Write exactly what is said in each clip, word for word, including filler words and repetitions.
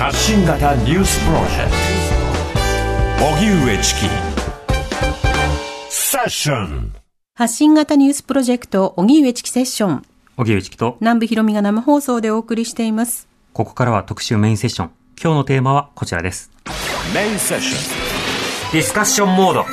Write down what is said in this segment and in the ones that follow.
発信型ニュースプロジェクト荻上チキセッション。 発信型ニュースプロジェクト荻上チキセッション。 荻上チキと南部ひろみが生放送でお送りしています。 ここからは特集メインセッション。今日のテーマはこちらです。 メインセッションディスカッションモード。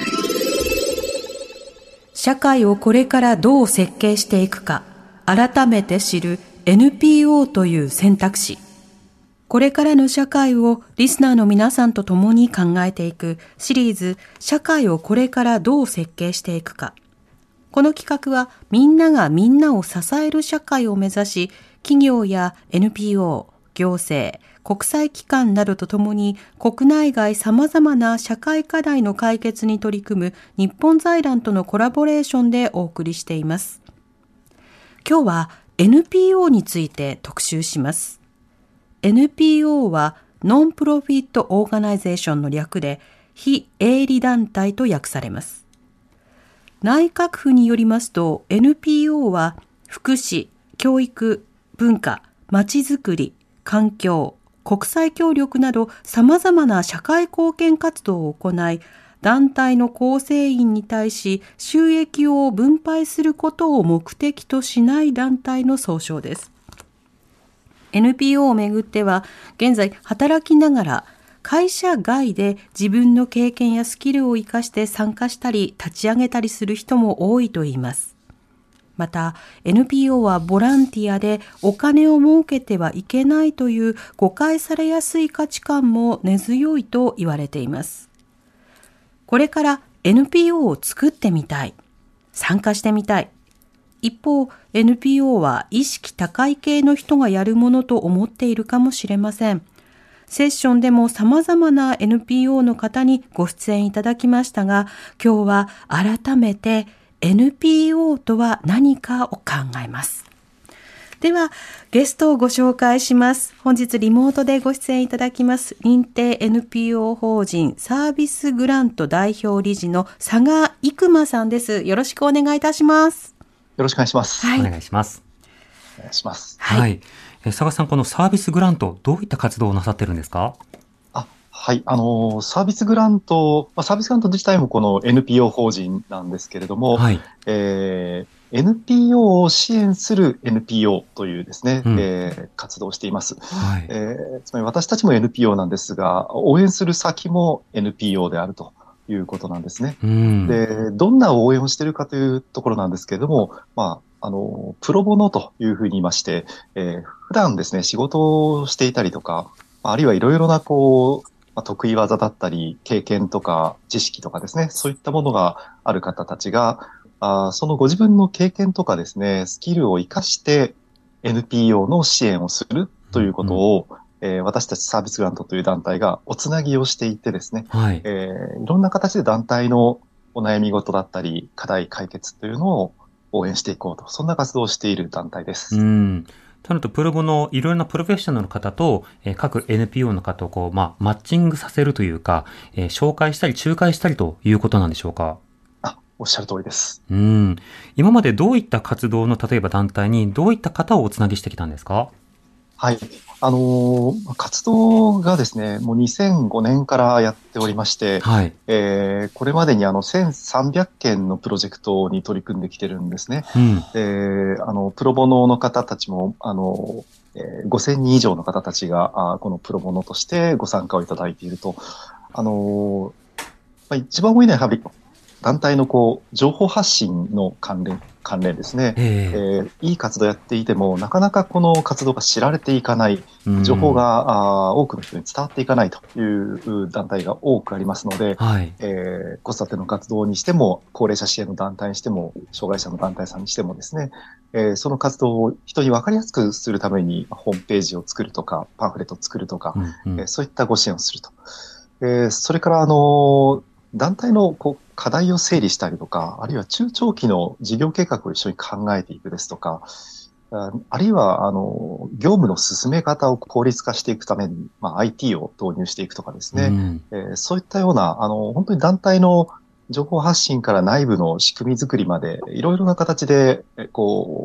社会をこれからどう設計していくか改めて知る エヌピーオー という選択肢。これからの社会をリスナーの皆さんと共に考えていくシリーズ、社会をこれからどう設計していくか。この企画はみんながみんなを支える社会を目指し、企業や エヌピーオー、行政、国際機関などとともに国内外様々な社会課題の解決に取り組む日本財団とのコラボレーションでお送りしています。今日は エヌピーオー について特集します。エヌピーオー はノンプロフィットオーガナイゼーションの略で非営利団体と訳されます。内閣府によりますと エヌピーオー は福祉、教育、文化、まちづくり、環境、国際協力など様々な社会貢献活動を行い、団体の構成員に対し収益を分配することを目的としない団体の総称です。エヌピーオー をめぐっては、現在働きながら会社外で自分の経験やスキルを生かして参加したり立ち上げたりする人も多いといいます。また エヌピーオー はボランティアでお金を儲けてはいけないという誤解されやすい価値観も根強いと言われています。これから エヌピーオー を作ってみたい、参加してみたい。一方 エヌピーオー は意識高い系の人がやるものと思っているかもしれません。セッションでも様々な エヌピーオー の方にご出演いただきましたが、今日は改めてエヌピーオー とは何かを考えます。ではゲストをご紹介します。本日リモートでご出演いただきます認定 エヌピーオー 法人サービスグラント代表理事の佐賀生馬さんです。よろしくお願いいたします。 よろしくお願いします。 はい、お願いします。 お願いします。 はい。はい、え佐賀さん、このサービスグラント、どういった活動をなさってるんですか？ あ、はい。あのー、サービスグラント、まあ、サービスグラント自体もこの エヌピーオー 法人なんですけれども、 はい。 えー、エヌピーオー を支援する エヌピーオー というですね、うんえー、活動をしています。はい。えー、つまり私たちも エヌピーオー なんですが、応援する先も エヌピーオー であるということなんですね。うん、で、どんな応援をしているかというところなんですけれども、まあ、あの、プロボノというふうに言いまして、えー、普段ですね、仕事をしていたりとか、あるいはいろいろな、こう、まあ、得意技だったり、経験とか知識とかですね、そういったものがある方たちが、あそのご自分の経験とかですね、スキルを活かして エヌピーオー の支援をするということを、うんえー、私たちサービスグラントという団体がおつなぎをしていてですね、はいえー、いろんな形で団体のお悩み事だったり、課題解決というのを応援していこうと、そんな活動をしている団体です。 うんとなると、プロボのいろいろなプロフェッショナルの方と、えー、各 エヌピーオー の方をこう、まあ、マッチングさせるというか、えー、紹介したり仲介したりということなんでしょうか？ あ、おっしゃる通りです。 うん。今までどういった活動の、例えば団体にどういった方をおつなぎしてきたんですか？ はい。あのー、活動がですね、もうにせんごねんからやっておりまして、はい。えー、これまでにあのせんさんびゃっけんのプロジェクトに取り組んできてるんですね。うん。で、あの、プロボノの方たちも、あの、えー、ごせんにん以上の方たちが、あこのプロボノとしてご参加をいただいていると。あのー、まあ、一番多いのはやはり、団体のこう、情報発信の関連、関連ですね、えーえー。いい活動やっていても、なかなかこの活動が知られていかない、情報があ多くの人に伝わっていかないという団体が多くありますので、はいえー、子育ての活動にしても、高齢者支援の団体にしても、障害者の団体さんにしてもですね、えー、その活動を人に分かりやすくするために、ホームページを作るとか、パンフレットを作るとか、うんうんえー、そういったご支援をすると。えー、それから、あのー、団体のこう課題を整理したりとか、あるいは中長期の事業計画を一緒に考えていくですとか、あるいは、あの、業務の進め方を効率化していくために、まあ、アイティー を導入していくとかですね、うんえー、そういったような、あの、本当に団体の情報発信から内部の仕組み作りまで、いろいろな形で、こう、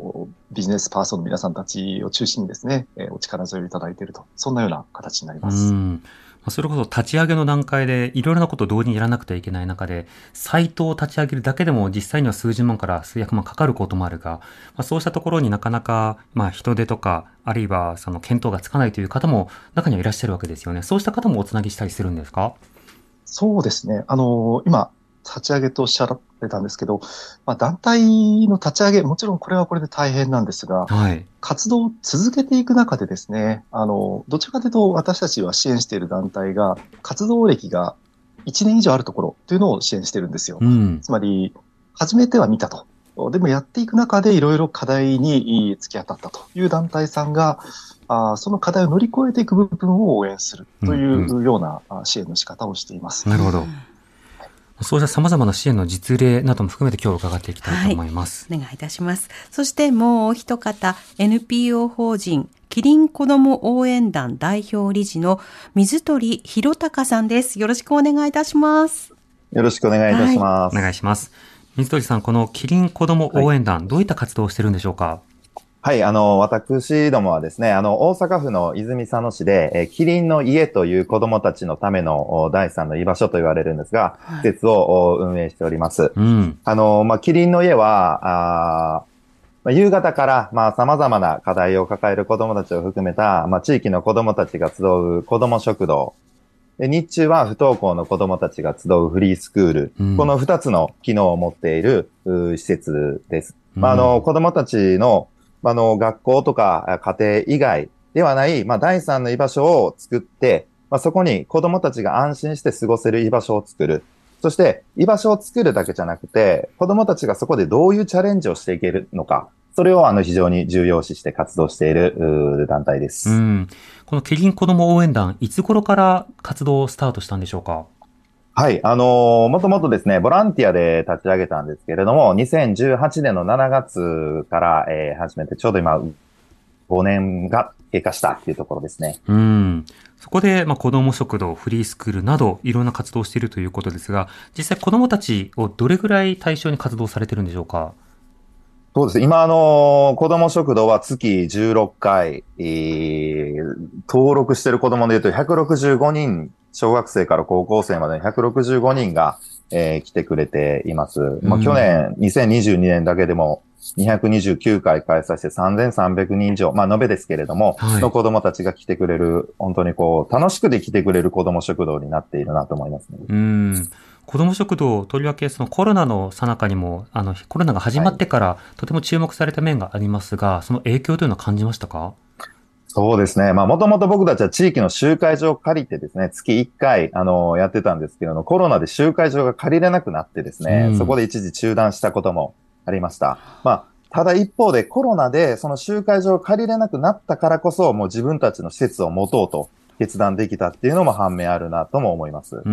ビジネスパーソンの皆さんたちを中心にですね、えー、お力添えいただいていると、そんなような形になります。 うん、それこそ立ち上げの段階でいろいろなことを同時にやらなくてはいけない中で、サイトを立ち上げるだけでも実際には数十万から数百万かかることもあるが、まあ、そうしたところになかなか、まあ、人手とか、あるいはその見当がつかないという方も中にはいらっしゃるわけですよね。そうした方もおつなぎしたりするんですか？ そうですね。あの、今、立ち上げとおっしゃられたんですけど、まあ、団体の立ち上げ、もちろんこれはこれで大変なんですが、 はい。 活動を続けていく中でですね、あの、どちらかというと私たちは支援している団体が、活動歴がいちねん以上あるところというのを支援してるんですよ。 うん。 つまり、初めては見たと。でもやっていく中でいろいろ課題に突き当たったという団体さんが、あその課題を乗り越えていく部分を応援するというような支援の仕方をしています。 なるほど。そうした様々な支援の実例なども含めて今日伺っていきたいと思います。 はい、お願いいたします。そしてもうお一方、エヌピーオー 法人キリン子ども応援団代表理事の水鳥弘隆さんです。よろしくお願いいたします。 よろしくお願いいたします。 はい、お願いします。水鳥さん、このキリン子ども応援団、はい、どういった活動をしているんでしょうか？ はい、あの、私どもはですね、あの、大阪府の泉佐野市で、え、キリンの家という子供たちのための第三の居場所と言われるんですが、施設を運営しております。うん、あの、まあ、キリンの家は、あまあ、夕方から、まあ、様々な課題を抱える子供たちを含めた、まあ、地域の子供たちが集う子供食堂。で、日中は不登校の子供たちが集うフリースクール。うん、この二つの機能を持っている施設です。うん、まあ、あの、子供たちのあの、学校とか家庭以外ではない、まあ、第三の居場所を作って、まあ、そこに子供たちが安心して過ごせる居場所を作る。そして、居場所を作るだけじゃなくて、子供たちがそこでどういうチャレンジをしていけるのか、それをあの非常に重要視して活動している団体です。 うん。このキリン子ども応援団、いつ頃から活動をスタートしたんでしょうか？ はい。あのー、もともとですね、ボランティアで立ち上げたんですけれども、にせんじゅうはちねんのしちがつから、えー、始めて、ちょうど今、ごねんが経過したっていうところですね。 うん。そこで、まあ、子ども食堂、フリースクールなど、いろんな活動をしているということですが、実際子どもたちをどれぐらい対象に活動されてるんでしょうか？ そうです。今、あのー、子ども食堂は月じゅうろっかい、えー、登録している子どもで言うとひゃくろくじゅうごにん、小学生から高校生までのひゃくろくじゅうごにんが、えー、来てくれています。まあ、去年、にせんにじゅうにねんだけでもにひゃくにじゅうきゅうかい開催してさんぜんさんびゃくにん以上、まあ、延べですけれども、はい、の子どもたちが来てくれる、本当にこう、楽しくで来てくれる子ども食堂になっているなと思いますね。 うん。子ども食堂、とりわけそのコロナの最中にも、あの、コロナが始まってから、とても注目された面がありますが、はい、その影響というのは感じましたか？ そうですね。まあ、もともと僕たちは地域の集会場を借りてですね、月いっかい、あの、やってたんですけれども、コロナで集会場が借りれなくなってですね、うん、そこで一時中断したこともありました。まあ、ただ一方でコロナでその集会場を借りれなくなったからこそ、もう自分たちの施設を持とうと決断できたっていうのも反面あるなとも思います。 うん。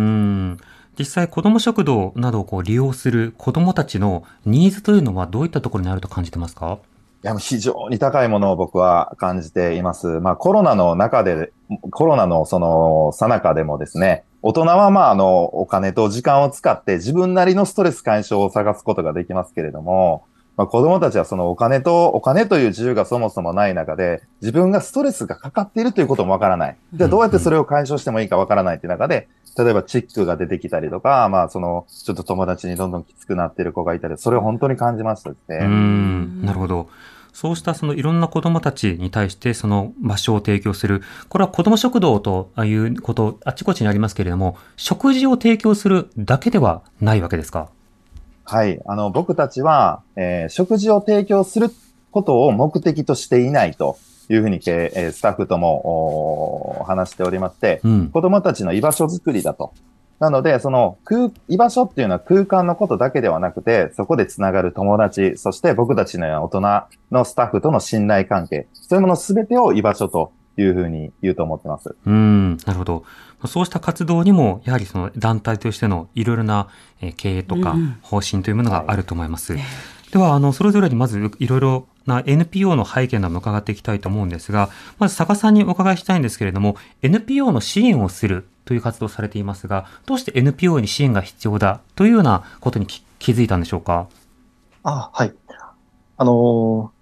実際、子ども食堂などをこう利用する子どもたちのニーズというのはどういったところにあると感じてますか？ いや、非常に高いものを僕は感じています。まあコロナの中で、コロナのその最中でもですね、大人はまああのお金と時間を使って自分なりのストレス解消を探すことができますけれども、まあ子供たちはそのお金と、お金という自由がそもそもない中で、自分がストレスがかかっているということもわからない。じゃあどうやってそれを解消してもいいかわからないという中で、例えばチックが出てきたりとか、まあその、ちょっと友達にどんどんきつくなっている子がいたり、それを本当に感じましたですね。 うーん、なるほど。そうしたそのいろんな子供たちに対してその場所を提供する。これは子供食堂ということ、あちこちにありますけれども、食事を提供するだけではないわけですか？ はい。あの、僕たちは、えー、食事を提供することを目的としていないというふうに、えー、スタッフとも話しておりまして、うん、子供たちの居場所づくりだと。なので、その空、居場所っていうのは空間のことだけではなくて、そこでつながる友達、そして僕たちのような大人のスタッフとの信頼関係、そういうものすべてを居場所というふうに言うと思ってます。 うん、なるほど。そうした活動にも、やはりその団体としてのいろいろな経営とか方針というものがあると思います。うんはい、では、あの、それぞれにまずいろいろな エヌピーオー の背景なども伺っていきたいと思うんですが、まず坂さんにお伺いしたいんですけれども、エヌピーオー の支援をするという活動をされていますが、どうして エヌピーオー に支援が必要だというようなことに気づいたんでしょうか？ あ、はい。あの、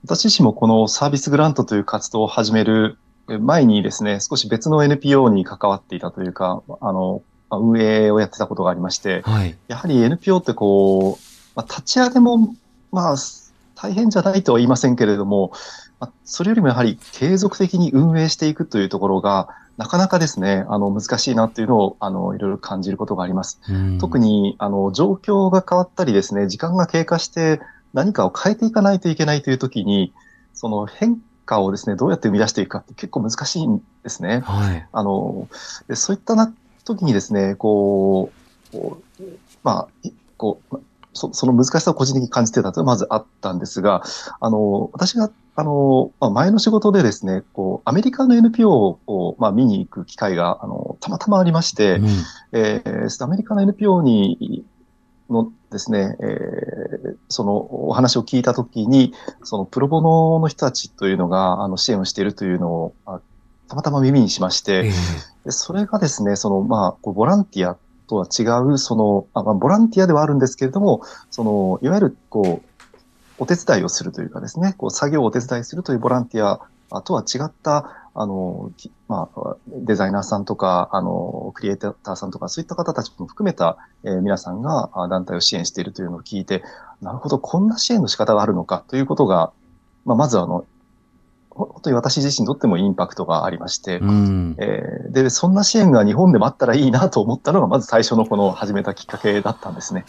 私自身もこのサービスグラントという活動を始める前にですね、少し別の エヌピーオー に関わっていたというか、あの、運営をやってたことがありまして、はい、やはり エヌピーオー ってこう、まあ、立ち上げも、まあ、大変じゃないとは言いませんけれども、まあ、それよりもやはり継続的に運営していくというところが、なかなかですね、あの、難しいなというのを、あの、いろいろ感じることがあります。特に、あの、状況が変わったりですね、時間が経過して何かを変えていかないといけないというときに、その変化をですね、どうやって生み出していくかって結構難しいんですね。はい。あの、でそういったな、時にですね、こう、こうまあ、こう、そ, その難しさを個人的に感じてたというのはまずあったんですが、あの、私が、あの、まあ、前の仕事でですね、こう、アメリカの エヌピーオー を、まあ、見に行く機会が、あの、たまたまありまして、うん、えー、アメリカの エヌピーオー に、のですね、えー、そのお話を聞いたときに、そのプロボノの人たちというのが、あの、支援をしているというのを、たまたま耳にしまして、えー、それがですね、その、まあ、こうボランティアとは違う、その、あまあ、ボランティアではあるんですけれども、その、いわゆる、こう、お手伝いをするというかですね、こう、作業をお手伝いするというボランティアとは違った、あの、まあ、デザイナーさんとか、あの、クリエイターさんとか、そういった方たちも含めた、えー、皆さんが団体を支援しているというのを聞いて、なるほど、こんな支援の仕方があるのかということが、まあ、まずあの、本当に私自身にとってもインパクトがありまして、うんえー、で、そんな支援が日本でもあったらいいなと思ったのが、まず最初のこの始めたきっかけだったんですね。 うん、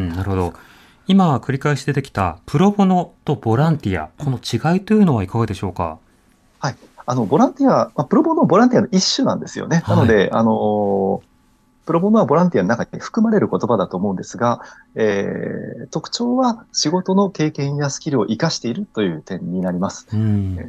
なるほど。今繰り返し出てきたプロボノとボランティア、この違いというのはいかがでしょうか？ はい。あの、ボランティア、まあ、プロボノはボランティアの一種なんですよね。はい、なので、あの、プロボノはボランティアの中に含まれる言葉だと思うんですが、えー、特徴は仕事の経験やスキルを活かしているという点になります。うん、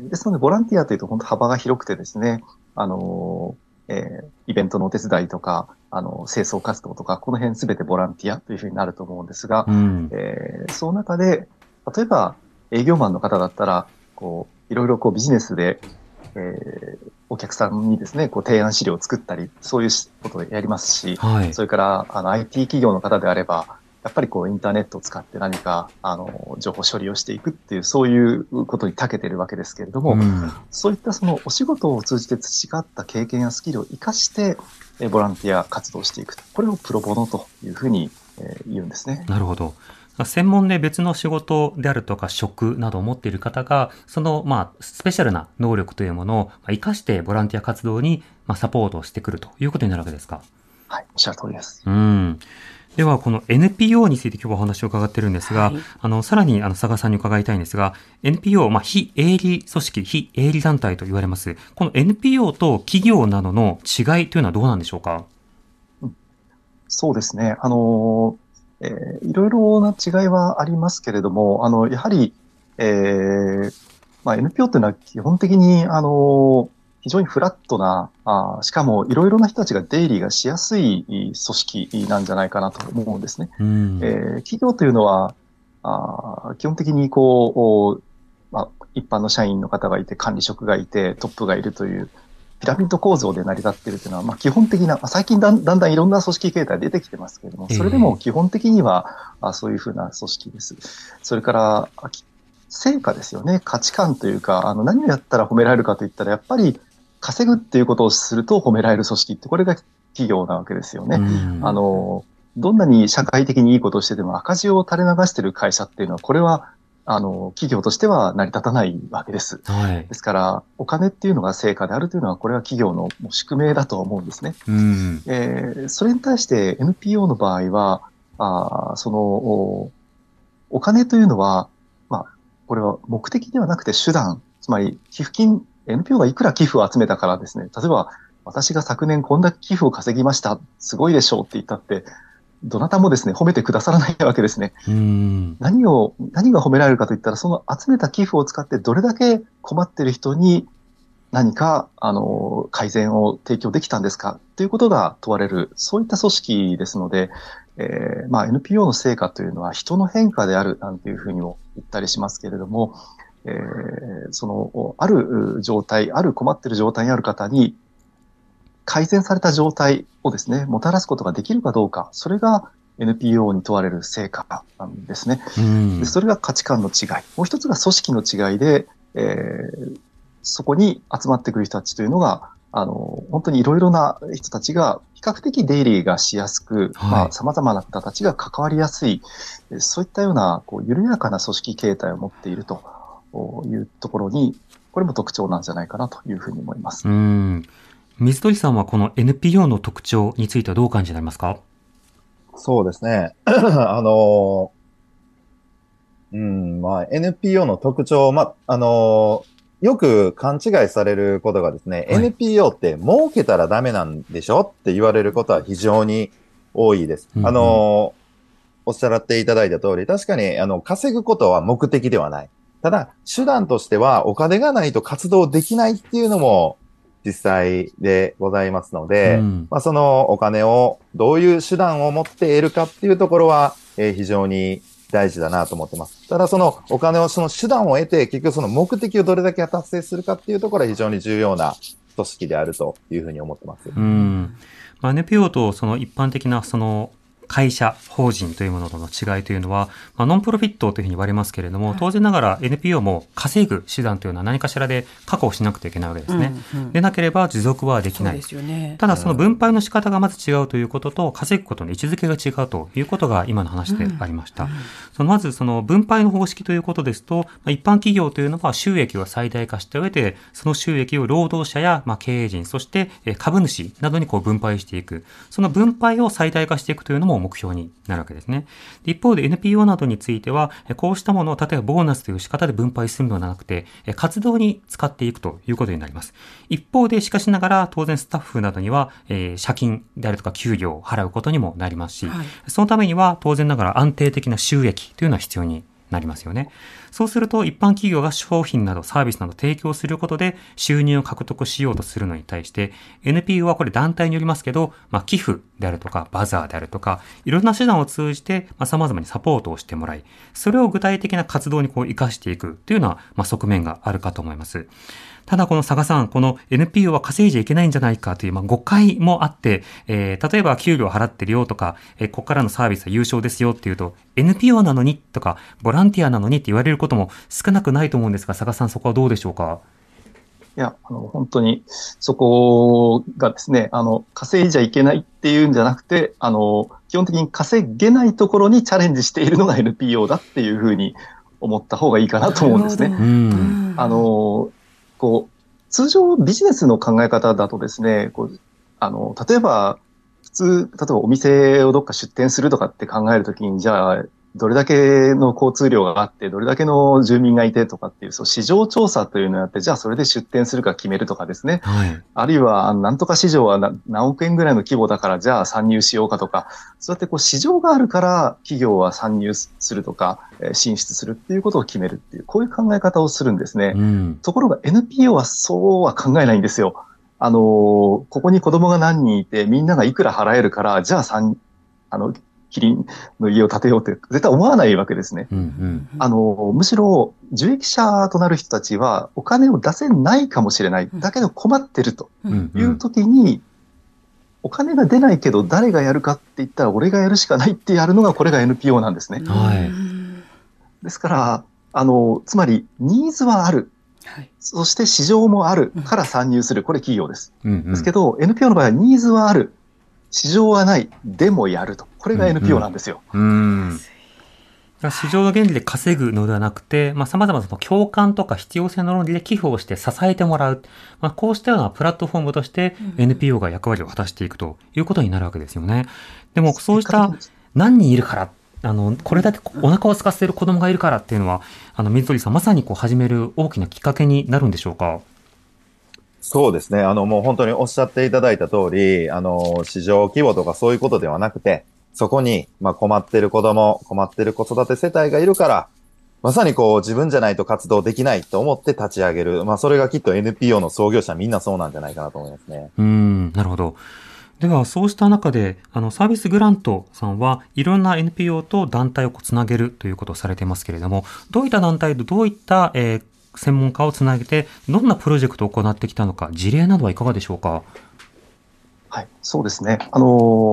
ですので、ボランティアというと本当幅が広くてですね、あの、えー、イベントのお手伝いとか、あの、清掃活動とか、この辺すべてボランティアというふうになると思うんですが、うん、えー、その中で、例えば営業マンの方だったら、こう、いろいろこうビジネスで、えー、お客さんにですね、こう提案資料を作ったり、そういうことをやりますし、はい、それからあの アイティー 企業の方であれば、やっぱりこうインターネットを使って何かあの情報処理をしていくっていう、そういうことに長けているわけですけれども、うん、そういったそのお仕事を通じて培った経験やスキルを活かして、えボランティア活動をしていくと。これをプロボノというふうに、えー、言うんですね。 なるほど。専門で別の仕事であるとか職などを持っている方が、その、まあ、スペシャルな能力というものを活かしてボランティア活動に、まあ、サポートをしてくるということになるわけですか？ はい、おっしゃる通りです。 うん。では、この エヌピーオー について今日はお話を伺っているんですが、はい、あの、さらに、あの、佐賀さんに伺いたいんですが、エヌピーオー、まあ、非営利組織、非営利団体と言われます。この エヌピーオー と企業などの違いというのはどうなんでしょうか？ うん、そうですね。あのーえー、いろいろな違いはありますけれども、あの、やはり、えー、まあ、エヌピーオー というのは基本的に、あの、非常にフラットな、あしかもいろいろな人たちが出入りがしやすい組織なんじゃないかなと思うんですね。うんえー、企業というのは、あ基本的にこう、まあ、一般の社員の方がいて、管理職がいて、トップがいるという、ピラミッド構造で成り立っているというのは、まあ、基本的な、最近だんだんだんいろんな組織形態出てきてますけれども、それでも基本的には、えー、そういうふうな組織です。それから、成果ですよね。価値観というか、あの、何をやったら褒められるかといったら、やっぱり稼ぐっていうことをすると褒められる組織って、これが企業なわけですよね。あの、どんなに社会的にいいことをしてても赤字を垂れ流している会社っていうのは、これは、あの、企業としては成り立たないわけです。はい、ですから、お金っていうのが成果であるというのは、これは企業の宿命だと思うんですね。うんえー、それに対して エヌピーオー の場合は、あそのお、お金というのは、まあ、これは目的ではなくて手段、つまり寄付金、エヌピーオー がいくら寄付を集めたからですね、例えば、私が昨年こんだけ寄付を稼ぎました、すごいでしょうって言ったって、どなたもですね、褒めてくださらないわけですね。うん何を、何が褒められるかといったら、その集めた寄付を使ってどれだけ困っている人に何か、あの、改善を提供できたんですかということが問われる、そういった組織ですので、えー、まあ エヌピーオー の成果というのは人の変化であるなんていうふうにも言ったりしますけれども、えー、その、ある状態、ある困っている状態にある方に、改善された状態をですね、もたらすことができるかどうか、それがエヌピーオー に問われる成果なんですね。 うん、 でそれが価値観の違い。もう一つが組織の違いで、えー、そこに集まってくる人たちというのが、あの、本当にいろいろな人たちが比較的出入りがしやすく、はい、まあ、様々な方たちが関わりやすい、そういったような、こう、緩やかな組織形態を持っているというところに、これも特徴なんじゃないかなというふうに思います。 うん。水鳥さんはこの エヌピーオー の特徴についてはどう感じになりますか？ そうですね。あの、うん、まあ、エヌピーオー の特徴、まあ、あの、よく勘違いされることがですね、はい、エヌピーオー って儲けたらダメなんでしょって言われることは非常に多いです。うんうん、あの、おっしゃっていただいた通り、確かに、あの、稼ぐことは目的ではない。ただ、手段としてはお金がないと活動できないっていうのも実際でございますので、うん、まあ、そのお金をどういう手段を持って得るかっていうところは、えー、非常に大事だなと思ってます。ただそのお金を、その手段を得て、結局その目的をどれだけ達成するかっていうところは非常に重要な組織であるというふうに思ってます。 うん。まあ、エヌピーオー とその一般的なその会社、法人というものとの違いというのは、まあ、ノンプロフィットというふうに言われますけれども、当然ながら エヌピーオー も稼ぐ手段というのは何かしらで確保しなくてはいけないわけですね。うんうん、でなければ持続はできない。そうですよね。ただその分配の仕方がまず違うということと、稼ぐことの位置づけが違うということが今の話でありました。うんうん、そのまずその分配の方式ということですと、一般企業というのは収益を最大化した上で、その収益を労働者やまあ経営陣、そして株主などにこう分配していく。その分配を最大化していくというのも目標になるわけですね。一方で エヌピーオー などについては、こうしたものを例えばボーナスという仕方で分配するのではなくて、活動に使っていくということになります。一方でしかしながら当然スタッフなどには、えー、借金であるとか給料を払うことにもなりますし、はい、そのためには当然ながら安定的な収益というのは必要になりますよね。そうすると一般企業が商品などサービスなど提供することで収入を獲得しようとするのに対して エヌピーオー はこれ団体によりますけど、まあ、寄付であるとかバザーであるとかいろんな手段を通じて、まあ、様々にサポートをしてもらい、それを具体的な活動にこう生かしていくというような、まあ、側面があるかと思います。ただこの佐賀さん、この エヌピーオー は稼いじゃいけないんじゃないかという、まあ、誤解もあって、えー、例えば給料払ってるよとか、えー、ここからのサービスは優勝ですよっていうと、エヌピーオー なのにとか、ボランティアなのにって言われることも少なくないと思うんですが、佐賀さん、そこはどうでしょうか？ いや、あの、本当に、そこがですね、あの、稼いじゃいけないっていうんじゃなくて、あの、基本的に稼げないところにチャレンジしているのが エヌピーオー だっていうふうに思った方がいいかなと思うんですね。うん、あの、こう、通常ビジネスの考え方だとですね、こう、あの、例えば、普通、例えばお店をどっか出店するとかって考えるときに、じゃあ、どれだけの交通量があって、どれだけの住民がいてとかっていう、そう、市場調査というのをやって、じゃあそれで出店するか決めるとかですね。はい。あるいは、なんとか市場は何億円ぐらいの規模だから、じゃあ参入しようかとか、そうやってこう市場があるから企業は参入するとか、進出するっていうことを決めるっていう、こういう考え方をするんですね。うん、ところが エヌピーオー はそうは考えないんですよ。あの、ここに子供が何人いて、みんながいくら払えるから、じゃあ三、あの、キリンの家を建てようって絶対思わないわけですね。うんうん、あの、むしろ受益者となる人たちはお金を出せないかもしれない。だけど困ってるという時に、お金が出ないけど誰がやるかって言ったら俺がやるしかないってやるのがこれが エヌピーオー なんですね。はい、ですから、あの、つまりニーズはある。はい、そして市場もあるから参入する。これ企業です。うんうん、ですけど エヌピーオー の場合はニーズはある。市場はない。でもやると。これが エヌピーオー なんですよ。うんうん、 市場の原理で稼ぐのではなくて、まあ、様々なその共感とか必要性の論理で寄付をして支えてもらう。まあ、こうしたようなプラットフォームとして エヌピーオー が役割を果たしていくということになるわけですよね。でもそうした何人いるから、あの、これだけお腹を空かせている子供がいるからっていうのは、あの、水鳥さんまさにこう始める大きなきっかけになるんでしょうか？ そうですね。あの、もう本当におっしゃっていただいた通り、あの、市場規模とかそういうことではなくて、そこに、まあ、困ってる子供、困ってる子育て世帯がいるから、まさにこう、自分じゃないと活動できないと思って立ち上げる。まあ、それがきっと エヌピーオー の創業者みんなそうなんじゃないかなと思いますね。 うーん、なるほど。では、そうした中で、あの、サービスグラントさんはいろんな エヌピーオー と団体をつなげるということをされていますけれども、どういった団体とどういった、えー専門家をつなげてどんなプロジェクトを行ってきたのか、事例などはいかがでしょうか？ はい、そうですね。あの、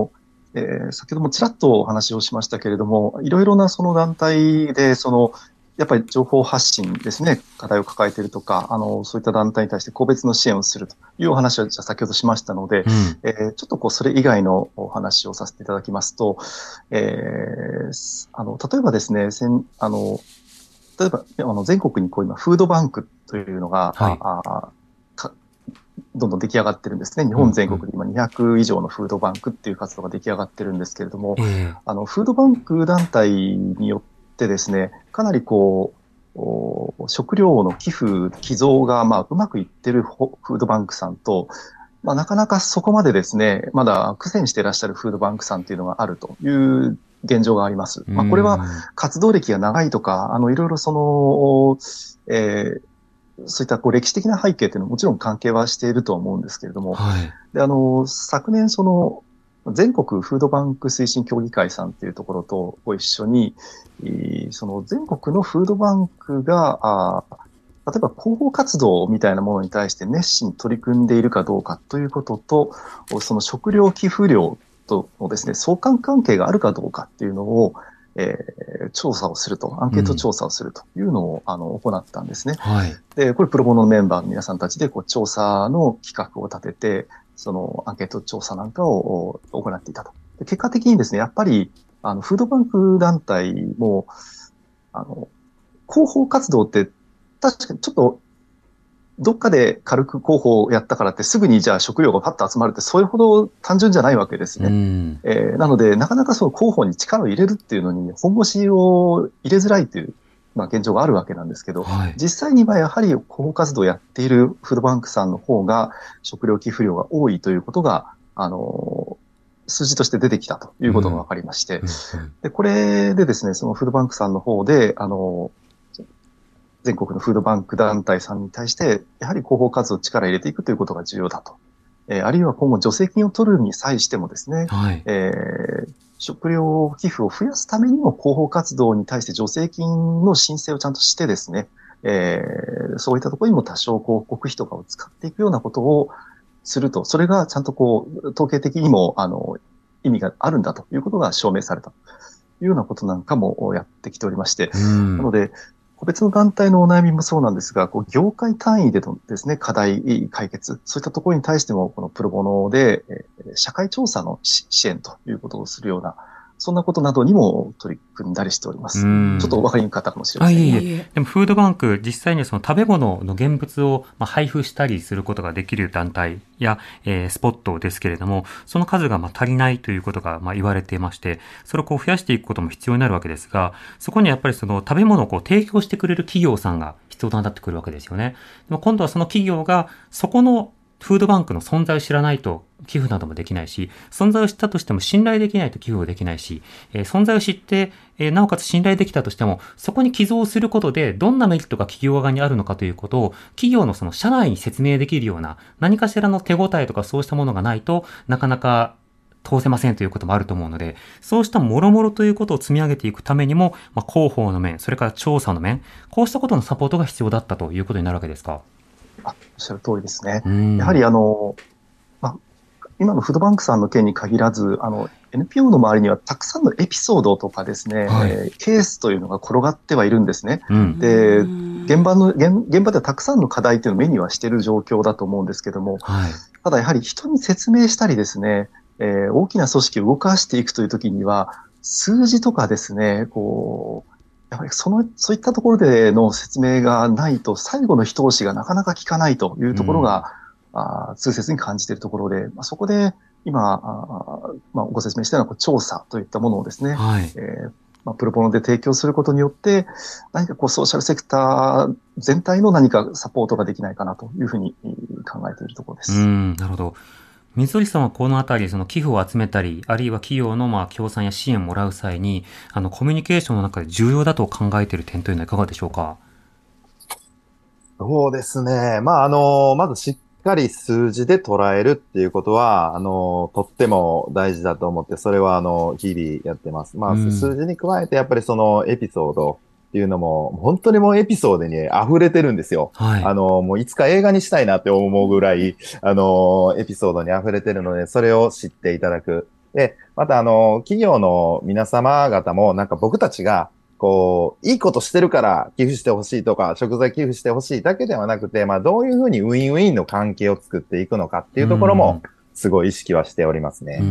えー、先ほどもちらっとお話をしましたけれども、いろいろなその団体で、その、やっぱり情報発信ですね、課題を抱えているとか、あの、そういった団体に対して個別の支援をするというお話を先ほどしましたので、うん、えー、ちょっとこう、それ以外のお話をさせていただきますと、えー、あの、例えばですね、せんあの、例えば、あの、全国にこう今、フードバンクというのが、はい、あかどんどん出来上がってるんですね。日本全国で今にひゃく以上のフードバンクっていう活動が出来上がってるんですけれども、うん、あの、フードバンク団体によってでですね、かなりこう、食料の寄付、寄贈がまあうまくいってるフードバンクさんと、まあなかなかそこまでですね、まだ苦戦していらっしゃるフードバンクさんというのがあるという現状があります。まあこれは活動歴が長いとか、あのいろいろその、えー、そういったこう歴史的な背景というのはもちろん関係はしていると思うんですけれども、はい、であの昨年その全国フードバンク推進協議会さんというところとご一緒に、その全国のフードバンクが、あ例えば広報活動みたいなものに対して熱心に取り組んでいるかどうかということと、その食料寄付量とのですね、相関関係があるかどうかっていうのを、えー、調査をすると、アンケート調査をするというのを、うん、あの行ったんですね。はい、で、これプロボノのメンバーの皆さんたちでこう調査の企画を立てて、そのアンケート調査なんかを行っていたと。結果的にですね、やっぱり、あの、フードバンク団体も、あの、広報活動って確かにちょっと、どっかで軽く広報をやったからってすぐにじゃあ食料がパッと集まるってそれほど単純じゃないわけですね。うんえー、なので、なかなかその広報に力を入れるっていうのに本腰を入れづらいという、まあ現状があるわけなんですけど、はい、実際にはやはり広報活動をやっているフードバンクさんの方が食料寄付量が多いということが、あの、数字として出てきたということが分かりまして、うんうん、で、これでですね、そのフードバンクさんの方で、あの、全国のフードバンク団体さんに対して、やはり広報活動を力を入れていくということが重要だと。えー、あるいは今後助成金を取るに際してもですね、はいえー、食料寄付を増やすためにも広報活動に対して助成金の申請をちゃんとしてですね、えー、そういったところにも多少広告費とかを使っていくようなことをすると、それがちゃんとこう、統計的にも、あの、意味があるんだということが証明されたというようなことなんかもやってきておりまして、なので、個別の団体のお悩みもそうなんですが、こう業界単位でのですね、課題解決、そういったところに対しても、このプロボノで、えー、社会調査の支援ということをするような、そんなことなどにも取り組んだりしております。ちょっとお分かりにくかったかもしれません。 あ、いえいえ。でもフードバンク、実際にその食べ物の現物を配布したりすることができる団体や、えー、スポットですけれども、その数がまあ足りないということがまあ言われていまして、それをこう増やしていくことも必要になるわけですが、そこにやっぱりその食べ物をこう提供してくれる企業さんが必要となってくるわけですよね。でも今度はその企業がそこのフードバンクの存在を知らないと寄付などもできないし、存在を知ったとしても信頼できないと寄付をできないし、えー、存在を知って、えー、なおかつ信頼できたとしても、そこに寄贈することでどんなメリットが企業側にあるのかということを、企業のその社内に説明できるような何かしらの手応えとかそうしたものがないとなかなか通せませんということもあると思うので、そうした諸々ということを積み上げていくためにも、まあ、広報の面、それから調査の面、こうしたことのサポートが必要だったということになるわけですか。 あ、おっしゃる通りですね。やはりあの、まあ、今のフードバンクさんの件に限らず、あの、エヌピーオー の周りにはたくさんのエピソードとかですね、はいえー、ケースというのが転がってはいるんですね。うん、で、現場の現、現場ではたくさんの課題というのを目にはしている状況だと思うんですけども、はい、ただやはり人に説明したりですね、えー、大きな組織を動かしていくというときには、数字とかですね、こう、やはりその、そういったところでの説明がないと、最後の一押しがなかなか効かないというところが、うん、あ痛切に感じているところで、まあ、そこで今、あまあ、ご説明したような調査といったものをですね、はいえーまあ、プロボノで提供することによって、何かこうソーシャルセクター全体の何かサポートができないかなというふうに考えているところです。 うん、なるほど。水鳥さんはこのあたり、その寄付を集めたり、あるいは企業のまあ協賛や支援をもらう際に、あのコミュニケーションの中で重要だと考えている点というのはいかがでしょうか。 そうですね。まあ、あの、まずしっかり数字で捉えるっていうことは、あの、とっても大事だと思って、それはあの、日々やってます。まあ、うん、数字に加えてやっぱりそのエピソード、っていうのも、本当にもうエピソードに溢れてるんですよ。はい。あの、もういつか映画にしたいなって思うぐらい、あの、エピソードに溢れてるので、それを知っていただく。で、 また、あの、企業の皆様方も、なんか僕たちが、こう、いいことしてるから寄付してほしいとか、食材寄付してほしいだけではなくて、まあ、どういうふうにウィンウィンの関係を作っていくのかっていうところも、すごい意識はしておりますね。 うんうん、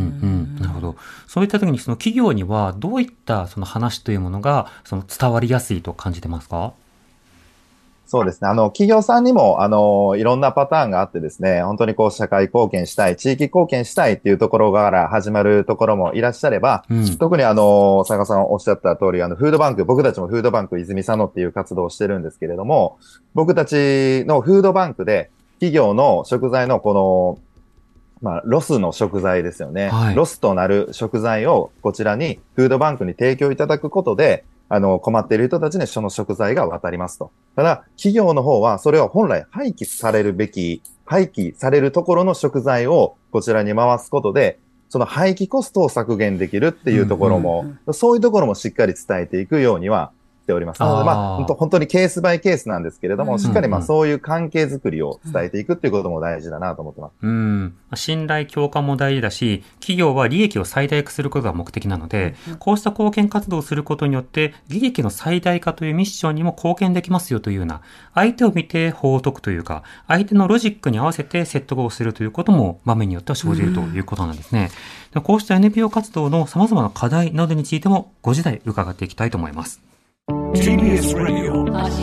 なるほど。そういった時に、その企業にはどういったその話というものが、その伝わりやすいと感じてますか？ そうですね。あの、企業さんにも、あの、いろんなパターンがあってですね、本当にこう、社会貢献したい、地域貢献したいっていうところから始まるところもいらっしゃれば、うん、特にあの、佐賀さんおっしゃった通り、あの、フードバンク、僕たちもフードバンク泉佐野っていう活動をしてるんですけれども、僕たちのフードバンクで、企業の食材のこの、まあ、ロスの食材ですよね、はい。ロスとなる食材をこちらに、フードバンクに提供いただくことで、あの、困っている人たちにその食材が渡りますと。ただ、企業の方はそれを本来廃棄されるべき、廃棄されるところの食材をこちらに回すことで、その廃棄コストを削減できるっていうところも、うんうん、そういうところもしっかり伝えていくようにはしております。なので、まあ、本当、本当にケースバイケースなんですけれども、うん、しっかりまあ、そういう関係づくりを伝えていくっていうことも大事だなと思ってます。 うん。信頼強化も大事だし、企業は利益を最大化することが目的なので、うん、こうした貢献活動をすることによって、利益の最大化というミッションにも貢献できますよというような、相手を見て法を解くというか、相手のロジックに合わせて説得をするということも場面によっては生じるということなんですね。うん、こうした エヌピーオー 活動の様々な課題などについてもご次第伺っていきたいと思います。ティービーエス Radio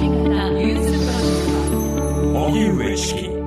荻上チキ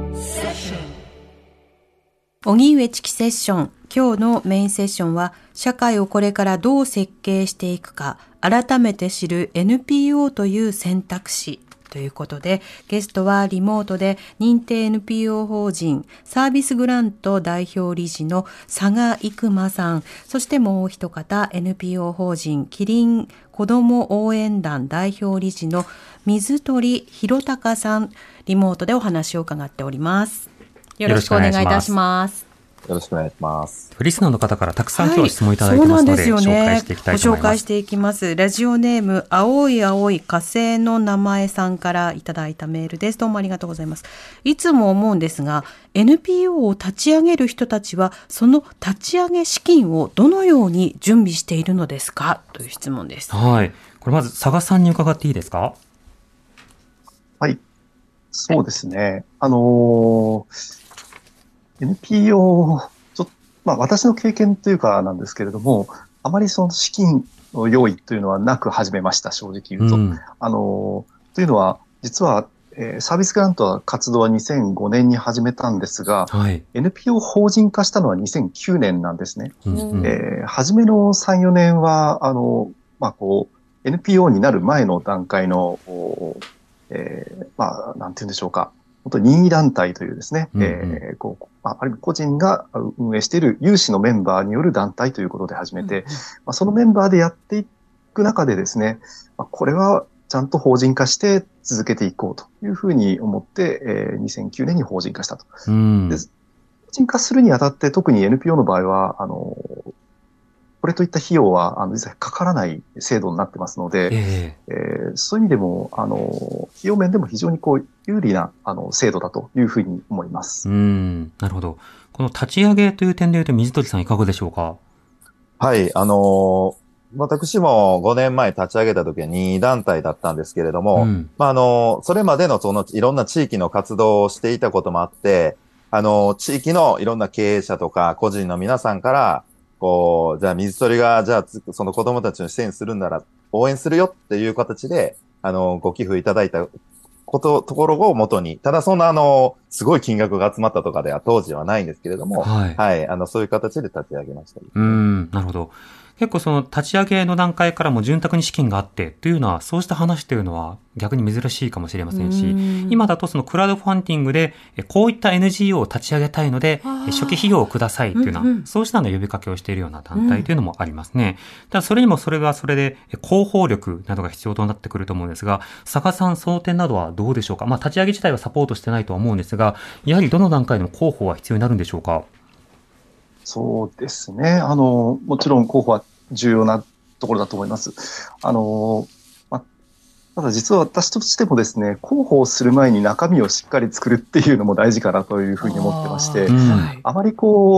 荻上チキセッション。今日のメインセッションは、社会をこれからどう設計していくか改めて知る エヌピーオー という選択肢ということで、ゲストはリモートで認定 エヌピーオー 法人サービスグラント代表理事の佐賀育馬さん、そしてもう一方 エヌピーオー 法人キリン子ども応援団代表理事の水鳥弘隆さん、リモートでお話を伺っております。よろしくお願いいたします。 よろしくお願いします。 リスナーの方からたくさん今日は質問いただいてますので、はい、紹介していきたいと思います。 ご紹介していきます。ラジオネーム青い青い火星の名前さんからいただいたメールです。どうもありがとうございます。いつも思うんですが、 エヌピーオー を立ち上げる人たちはその立ち上げ資金をどのように準備しているのですかという質問です。 はい、これまず佐賀さんに伺っていいですか？ はい、そうですね。あのー、エヌピーオーまあ、私の経験というかなんですけれども、あまりその資金の用意というのはなく始めました、正直言うと。うん、あの、というのは、実は、えー、サービスグラントは活動はにせんごねんに始めたんですが、はい、エヌピーオー 法人化したのはにせんきゅうねんなんですね。うんえー、初めのさん、よねんは、あの、まあ、こう、エヌピーオー になる前の段階の、えー、まあ、なんて言うんでしょうか。本当に任意団体というですね、うんうんえー、こうあるいは個人が運営している有志のメンバーによる団体ということで始めて、うんうんまあ、そのメンバーでやっていく中でですね、まあ、これはちゃんと法人化して続けていこうというふうに思って、えー、にせんきゅうねんに法人化したと。うん、で法人化するにあたって特に エヌピーオー の場合は、あの、これといった費用は、あの、実際かからない制度になってますので、えーえー、そういう意味でも、あの、費用面でも非常にこう、有利な、あの、制度だというふうに思います。 うん、なるほど。この立ち上げという点で言うと、水鳥さんいかがでしょうか？ はい、あのー、私もごねんまえ立ち上げた時は任意団体だったんですけれども、うん、まあ、あのー、それまでのその、いろんな地域の活動をしていたこともあって、あのー、地域のいろんな経営者とか個人の皆さんから、こう、じゃあ水鳥が、じゃあその子供たちの支援するんなら応援するよっていう形で、あの、ご寄付いただいたこと、ところを元に、ただそんなあの、すごい金額が集まったとかでは当時はないんですけれども、はい。はい、あの、そういう形で立ち上げました。 うん、なるほど。結構その立ち上げの段階からも潤沢に資金があってというのは、そうした話というのは逆に珍しいかもしれませんし、今だとそのクラウドファンディングでこういった エヌジーオー を立ち上げたいので初期費用をくださいというような、うんうん、そうしたの呼びかけをしているような団体というのもありますね。うん、ただそれにもそれがそれで広報力などが必要となってくると思うんですが、佐賀さんその点などはどうでしょうか？まあ立ち上げ自体はサポートしてないとは思うんですが、やはりどの段階でも広報は必要になるんでしょうか？ そうですね。あの、もちろん広報は重要なところだと思います。あの、ま、ただ実は私としてもですね、広報する前に中身をしっかり作るっていうのも大事かなというふうに思ってまして、あ,、うん、あまりこう、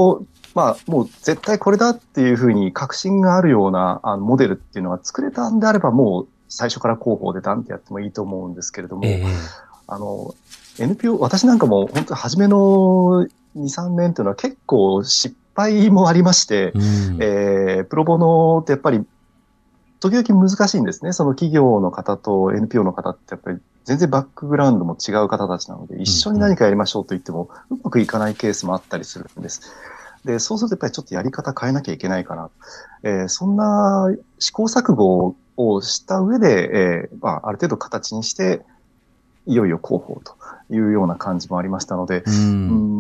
まあ、もう絶対これだっていうふうに確信があるようなあのモデルっていうのが作れたんであれば、もう最初から広報でダンってやってもいいと思うんですけれども、えー、あの、エヌピーオー、私なんかも本当に初めのに、さんねんっていうのは結構失敗もありまして、うん、えー、プロボノってやっぱり時々難しいんですね。その企業の方と エヌピーオー の方ってやっぱり全然バックグラウンドも違う方たちなので、一緒に何かやりましょうと言ってもうまくいかないケースもあったりするんです。で、そうするとやっぱりちょっとやり方変えなきゃいけないかな。えー、そんな試行錯誤をした上で、えー、まあ、ある程度形にして、いよいよ広報というような感じもありましたので、うん、うん、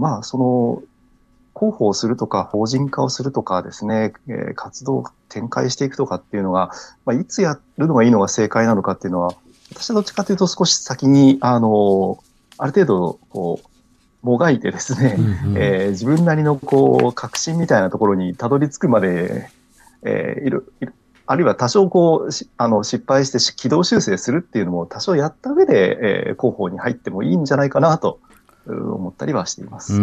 まあ、その、広報をするとか、法人化をするとかですね、えー、活動を展開していくとかっていうのが、まあ、いつやるのがいいのが正解なのかっていうのは、私はどっちかというと少し先に、あの、ある程度、こう、もがいてですね、うんうん、えー、自分なりのこう確信みたいなところにたどり着くまで、えー、いる、いるあるいは多少こうあの失敗して軌道修正するっていうのも多少やった上で、えー、広報に入ってもいいんじゃないかなと思ったりはしています。 うん、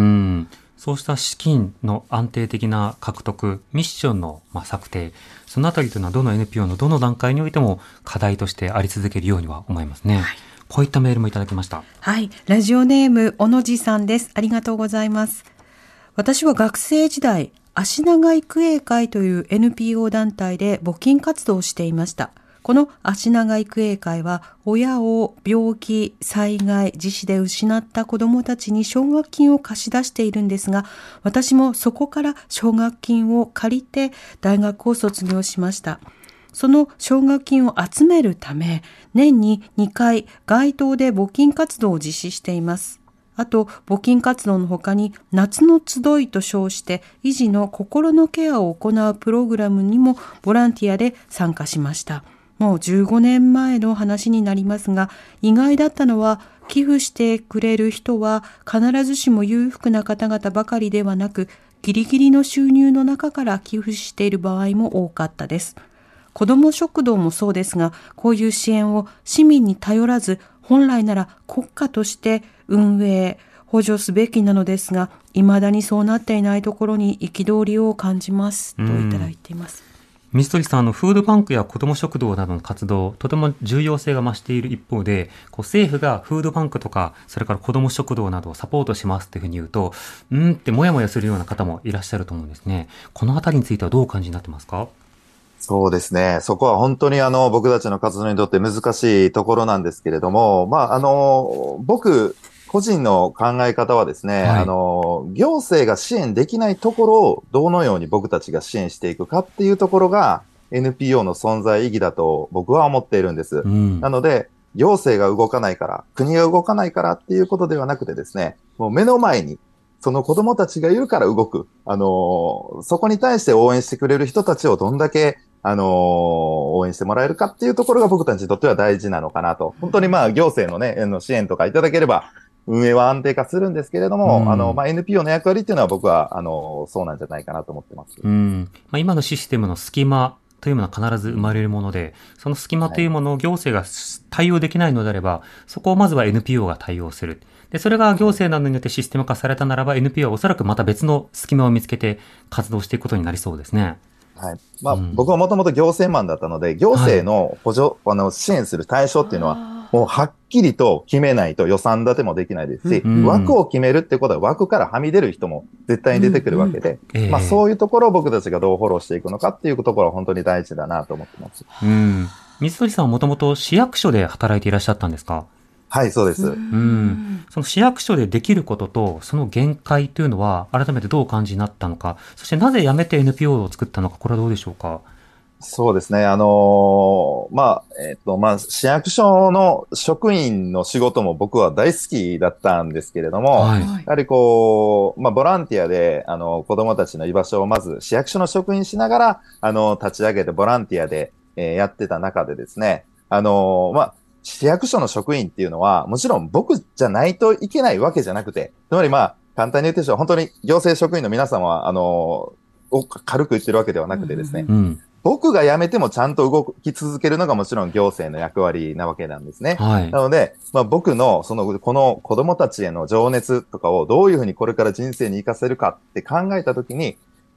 そうした資金の安定的な獲得、ミッションのまあ策定、そのあたりというのはどの エヌピーオー のどの段階においても課題としてあり続けるようには思いますね。はい、こういったメールもいただきました。 はい。ラジオネーム、小野寺さんです。ありがとうございます。私は学生時代、足長育英会という エヌピーオー 団体で募金活動をしていました。この足長育英会は、親を病気、災害、自死で失った子どもたちに奨学金を貸し出しているんですが、私もそこから奨学金を借りて大学を卒業しました。その奨学金を集めるため、年ににかい街頭で募金活動を実施しています。あと、募金活動の他に夏の集いと称して維持の心のケアを行うプログラムにもボランティアで参加しました。もうじゅうごねんまえの話になりますが、意外だったのは寄付してくれる人は必ずしも裕福な方々ばかりではなく、ギリギリの収入の中から寄付している場合も多かったです。子ども食堂もそうですが、こういう支援を市民に頼らず、本来なら国家として運営、補助すべきなのですが、未だにそうなっていないところに憤りを感じますといただいています。 水鳥さん、あのフードバンクや子ども食堂などの活動、とても重要性が増している一方で、こう政府がフードバンクとか、それから子ども食堂などをサポートしますっていうふうに言うと、うんってもやもやするような方もいらっしゃると思うんですね。このあたりについてはどうお感じになってますか？ そうですね。そこは本当にあの、僕たちの活動にとって難しいところなんですけれども、まあ、あの、僕、個人の考え方はですね、はい、あの、行政が支援できないところをどのように僕たちが支援していくかっていうところが エヌピーオー の存在意義だと僕は思っているんです。うん、なので、行政が動かないから、国が動かないからっていうことではなくてですね、もう目の前にその子供たちがいるから動く。あの、そこに対して応援してくれる人たちをどんだけあのー、応援してもらえるかっていうところが僕たちにとっては大事なのかなと。本当にまあ行政のね、の支援とかいただければ、運営は安定化するんですけれども、うん、あの、まあ エヌピーオー の役割っていうのは僕は、あの、そうなんじゃないかなと思ってます。 うん。まあ今のシステムの隙間というものは必ず生まれるもので、その隙間というものを行政が対応できないのであれば、はい、そこをまずは エヌピーオー が対応する。で、それが行政などによってシステム化されたならば、エヌピーオー はおそらくまた別の隙間を見つけて活動していくことになりそうですね。 はい。まあ、うん、僕はもともと行政マンだったので、行政の補助、はい、あの、支援する対象っていうのは、もうはっきりと決めないと予算立てもできないですし、うん、枠を決めるってことは枠からはみ出る人も絶対に出てくるわけで、うんうんえー、まあそういうところを僕たちがどうフォローしていくのかっていうところは本当に大事だなと思ってます。 うん。水鳥さんはもともと市役所で働いていらっしゃったんですか？ はい、そうです。うん。その市役所でできることと、その限界というのは、改めてどうお感じになったのか、そしてなぜ辞めて エヌピーオー を作ったのか、これはどうでしょうか？ そうですね。あのー、まあ、えっと、まあ、市役所の職員の仕事も僕は大好きだったんですけれども、はい、やはりこう、まあ、ボランティアで、あの、子供たちの居場所をまず市役所の職員しながら、あの、立ち上げてボランティアで、えー、やってた中でですね、あのー、まあ、市役所の職員っていうのは、もちろん僕じゃないといけないわけじゃなくて、つまりまあ、簡単に言ってしまう、本当に行政職員の皆様は、あのー、軽く言ってるわけではなくてですね、うんうん僕が辞めてもちゃんと動き続けるのがもちろん行政の役割なわけなんですね。はい、なので、まあ、僕のそのこの子供たちへの情熱とかをどういうふうにこれから人生に活かせるかって考えたときに、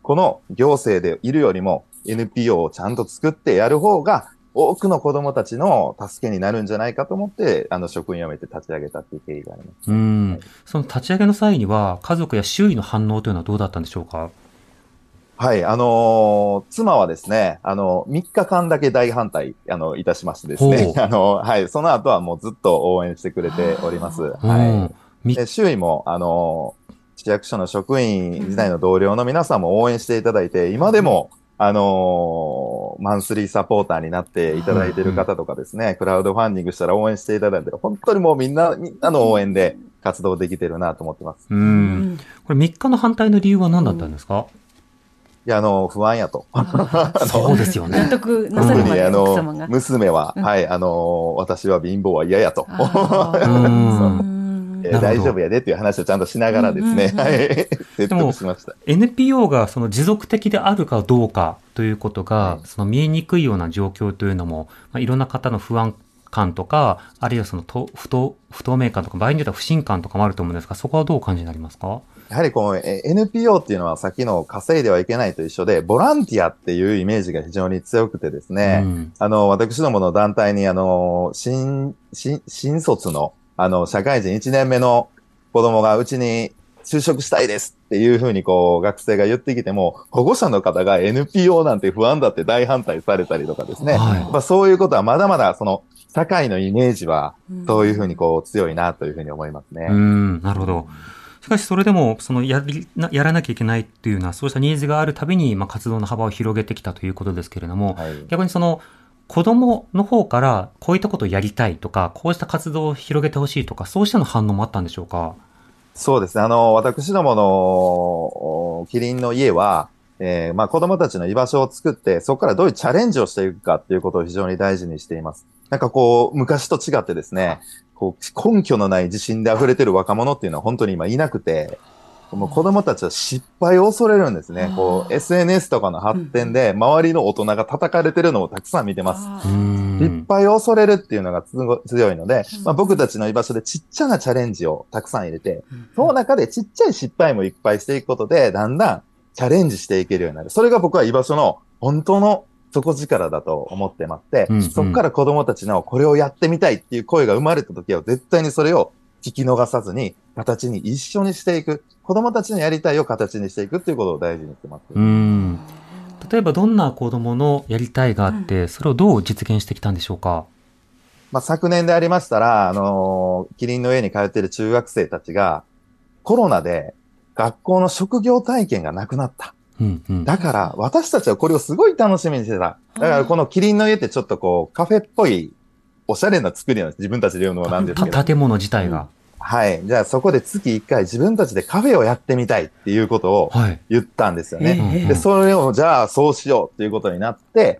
この行政でいるよりも エヌピーオー をちゃんと作ってやる方が、多くの子供たちの助けになるんじゃないかと思って、あの、職員を辞めて立ち上げたっていう経緯があります。 うん、 はい、 その立ち上げの際には、家族や周囲の反応というのはどうだったんでしょうか？ はい、あのー、妻はですね、あの、みっかかんだけ大反対、あの、いたしましてですね、あの、はい、その後はもうずっと応援してくれております。はい。で、周囲も、あの、市役所の職員時代の同僚の皆さんも応援していただいて、今でも、あのー、マンスリーサポーターになっていただいている方とかですね、クラウドファンディングしたら応援していただいて、本当にもうみんな、みんなの応援で活動できてるなと思ってます。 うん。これみっかの反対の理由は何だったんですか？ いや、あの、不安やと。 そうですよね。 納得なさるまで奥様が。 娘は、はい、あの、私は貧乏は嫌やと。大丈夫やでっていう話をちゃんとしながらですね、はい、説得しました。 エヌピーオー がその持続的であるかどうかということが、はい、その見えにくいような状況というのも、まあ、いろんな方の不安感とか、あるいはその不透、不透明感とか、場合によっては不信感とかもあると思うんですが、そこはどうお感じになりますか？ やはりこの エヌピーオー っていうのはさっきの稼いではいけないと一緒で、ボランティアっていうイメージが非常に強くてですね、うん、あの、私どもの団体にあの、新、新、新卒のあの、社会人いちねんめの子供がうちに就職したいですっていうふうにこう学生が言ってきても、保護者の方が エヌピーオー なんて不安だって大反対されたりとかですね。はい、まあそういうことはまだまだその社会のイメージはそういうふうにこう強いなというふうに思いますね。 うん、なるほど。しかしそれでもそのやりなやらなきゃいけないっていうのはそうしたニーズがあるたびにまあ活動の幅を広げてきたということですけれども、はい、逆にその子供の方からこういったことをやりたいとか、こうした活動を広げてほしいとか、そうしたの反応もあったんでしょうか？ そうですね。あの、私どものキリンの家は、えー、まあ子供たちの居場所を作って、そこからどういうチャレンジをしていくかっていうことを非常に大事にしています。なんかこう、昔と違ってですね、こう根拠のない自信で溢れてる若者っていうのは本当に今いなくて、もう子供たちは失敗を恐れるんですね。こう エスエヌエス とかの発展で周りの大人が叩かれてるのをたくさん見てます。失敗を恐れるっていうのが強いので、まあ、僕たちの居場所でちっちゃなチャレンジをたくさん入れて、その中でちっちゃい失敗もいっぱいしていくことで、だんだんチャレンジしていけるようになる。それが僕は居場所の本当の底力だと思ってまして、うんうん、そこから子供たちのこれをやってみたいっていう声が生まれた時は絶対にそれを聞き逃さずに形に一緒にしていく。子供たちのやりたいを形にしていくっていうことを大事にしてます。 うん。例えばどんな子供のやりたいがあって、それをどう実現してきたんでしょうか？ まあ、昨年でありましたら、あのー、キリンの家に通っている中学生たちがコロナで学校の職業体験がなくなった。うんうん、だから、私たちはこれをすごい楽しみにしてた。だからこのキリンの家ってちょっとこう、カフェっぽい、おしゃれな作りなんです。自分たちで言うのはなんですけど。 建物自体が、うん。 はい。じゃあそこで月いっかい自分たちでカフェをやってみたいっていうことを言ったんですよね。はい、で、それをじゃあそうしようっていうことになって、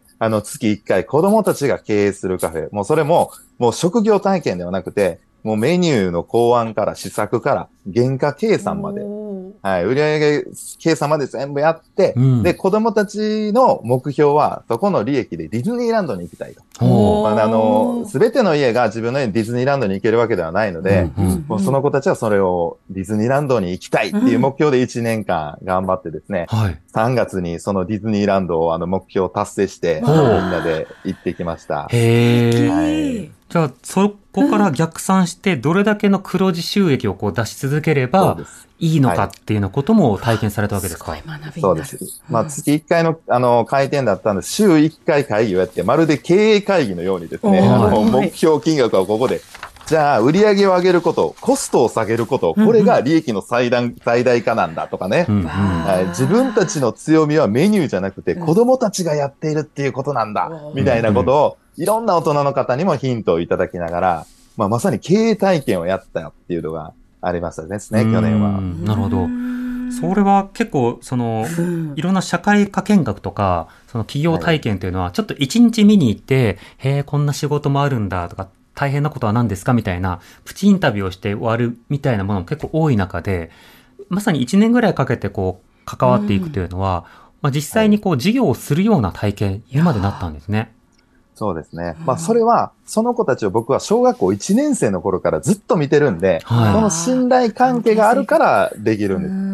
あの月いっかい子供たちが経営するカフェ。もうそれも、もう職業体験ではなくて、もうメニューの考案から試作から原価計算まで。はい。売上計算まで全部やって、うん、で、子供たちの目標は、そこの利益でディズニーランドに行きたいと。まあ、あの、すべての家が自分の家にディズニーランドに行けるわけではないので、うんうん、もうその子たちはそれをディズニーランドに行きたいっていう目標でいちねんかん頑張ってですね、うんはい、さんがつにそのディズニーランドをあの目標を達成して、みんなで行ってきました。 へー。はい、じゃあ、そこから逆算して、どれだけの黒字収益をこう出し続ければいいのかっていうようなことも体験されたわけですか？はい、すごい学びになる。 そうです。まあ、月いっかいの、あの、開店だったんで、週いっかい会議をやって、まるで経営会議のようにですね、あの、目標金額をここで、じゃあ、売上を上げること、コストを下げること、これが利益の最大、最大化なんだとかね、うんうんはい。自分たちの強みはメニューじゃなくて、子供たちがやっているっていうことなんだ、みたいなことを、いろんな大人の方にもヒントをいただきながら、まあ、まさに経営体験をやったっていうのがありましたですね、去年は。 なるほど。それは結構、その、いろんな社会科見学とか、その企業体験というのは、ちょっと一日見に行って、はい、へえ、こんな仕事もあるんだとか、大変なことは何ですかみたいな、プチインタビューをして終わるみたいなものも結構多い中で、まさにいちねんぐらいかけてこう、関わっていくというのは、まあ、実際にこう、事業をするような体験にまでなったんですね。 そうですね。まあ、それは、その子たちを僕は小学校いちねん生の頃からずっと見てるんで、はい、その信頼関係があるからできるんです。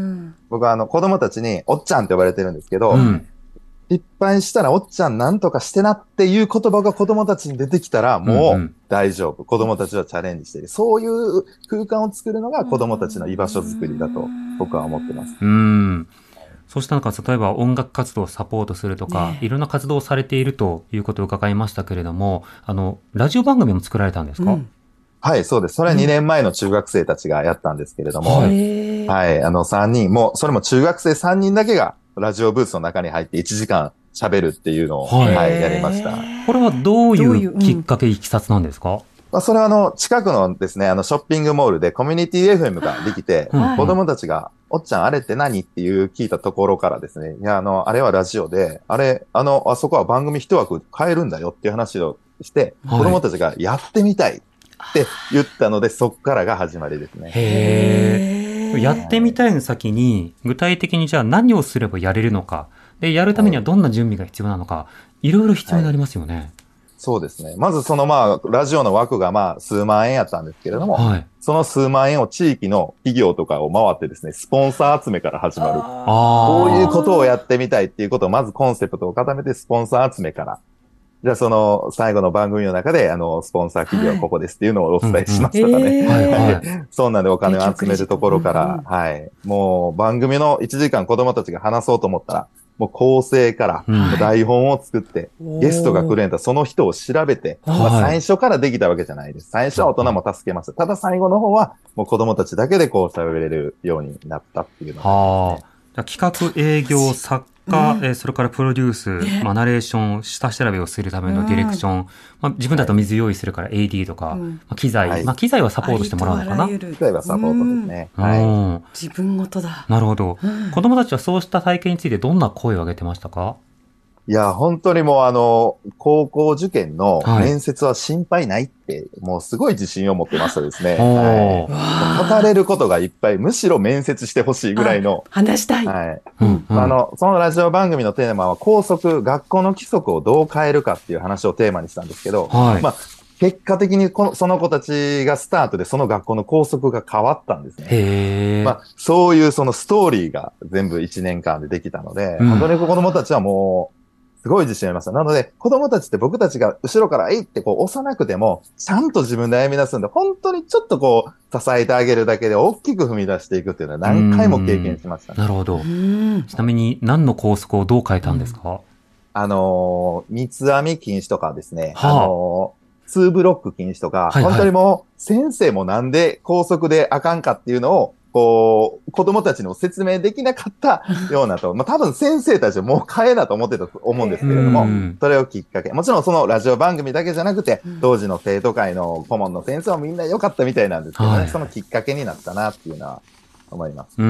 僕はあの子供たちにおっちゃんって呼ばれてるんですけど、うん、失敗したらおっちゃんなんとかしてなっていう言葉が子供たちに出てきたらもう大丈夫。うんうん、子供たちはチャレンジしている。そういう空間を作るのが子供たちの居場所づくりだと僕は思ってます。 うん。そうした中、例えば音楽活動をサポートするとか、ね、いろんな活動をされているということを伺いましたけれども、あの、ラジオ番組も作られたんですか？うん、 はい、そうです。それはにねんまえの中学生たちがやったんですけれども、はい、はい、あのさんにん、もうそれも中学生さんにんだけがラジオブースの中に入っていちじかん喋るっていうのを、はいはい、やりました。 これはどういうきっかけ、いきさつなんですか？ まあ、それはあの、近くのですね、あの、ショッピングモールでコミュニティ エフエム ができて、うん、子供たちが、おっちゃんあれって何っていう聞いたところからですね、いや、あの、あれはラジオで、あれ、あの、あそこは番組一枠変えるんだよっていう話をして、はい、子供たちがやってみたいって言ったので、そっからが始まりですね。 へー。やってみたいの先に、具体的にじゃあ何をすればやれるのか、で、やるためにはどんな準備が必要なのか、いろいろ必要になりますよね。はい、 そうですね。まずそのまあ、ラジオの枠がまあ、数万円やったんですけれども、はい、その数万円を地域の企業とかを回ってですね、スポンサー集めから始まる。こういうことをやってみたいっていうことを、まずコンセプトを固めて、スポンサー集めから。じゃあその最後の番組の中で、あの、スポンサー企業はここですっていうのをお伝えしましたかね。はい。そうなんでお金を集めるところから、はい。もう番組のいちじかん子供たちが話そうと思ったら、もう構成から、台本を作って、うん、ゲストが来るんやったらその人を調べて、まあ、最初からできたわけじゃないです。最初は大人も助けました。ただ最後の方は、もう子供たちだけでこう喋れるようになったっていうのが、ね。はあ。企画、営業、作家、えー、それからプロデュース、ね、まあ、ナレーション、下調べをするためのディレクション、うん、まあ、自分だと水用意するから エーディー とか、うん、まあ、機材、はい、まあ、機材はサポートしてもらうのかな？ 機材はサポートですね。うん、はい。 自分ごとだ。 なるほど、うん。子供たちはそうした体験についてどんな声を上げてましたか？ いや、本当にもうあの、高校受験の面接は心配ないって、はい、もうすごい自信を持ってましたですね。はい、語れることがいっぱい、むしろ面接してほしいぐらいの。 話したい。 はい。うんうん、あの、そのラジオ番組のテーマは、校則、学校の規則をどう変えるかっていう話をテーマにしたんですけど、はい、まあ、結果的にこの、その子たちがスタートでその学校の校則が変わったんですね。へー。まあ、そういうそのストーリーが全部いちねんかんでできたので、うん、本当に子供たちはもう、すごい自信ありました。なので、子供たちって僕たちが後ろからえいってこう押さなくても、ちゃんと自分で歩み出すんで、本当にちょっとこう、支えてあげるだけで大きく踏み出していくっていうのは何回も経験しましたね。 なるほど。ちなみに何の校則をどう変えたんですか？ あのー、三つ編み禁止とかですね。はあ、あのー、ツーブロック禁止とか、はいはい、本当にもう、先生もなんで校則であかんかっていうのを、こう、子供たちにも説明できなかったようなと、まあ多分先生たちはもう変えなと思ってたと思うんですけれども、それをきっかけ、もちろんそのラジオ番組だけじゃなくて、当時の生徒会の顧問の先生はみんな良かったみたいなんですけどね、はい、そのきっかけになったなっていうのは思います。 うん。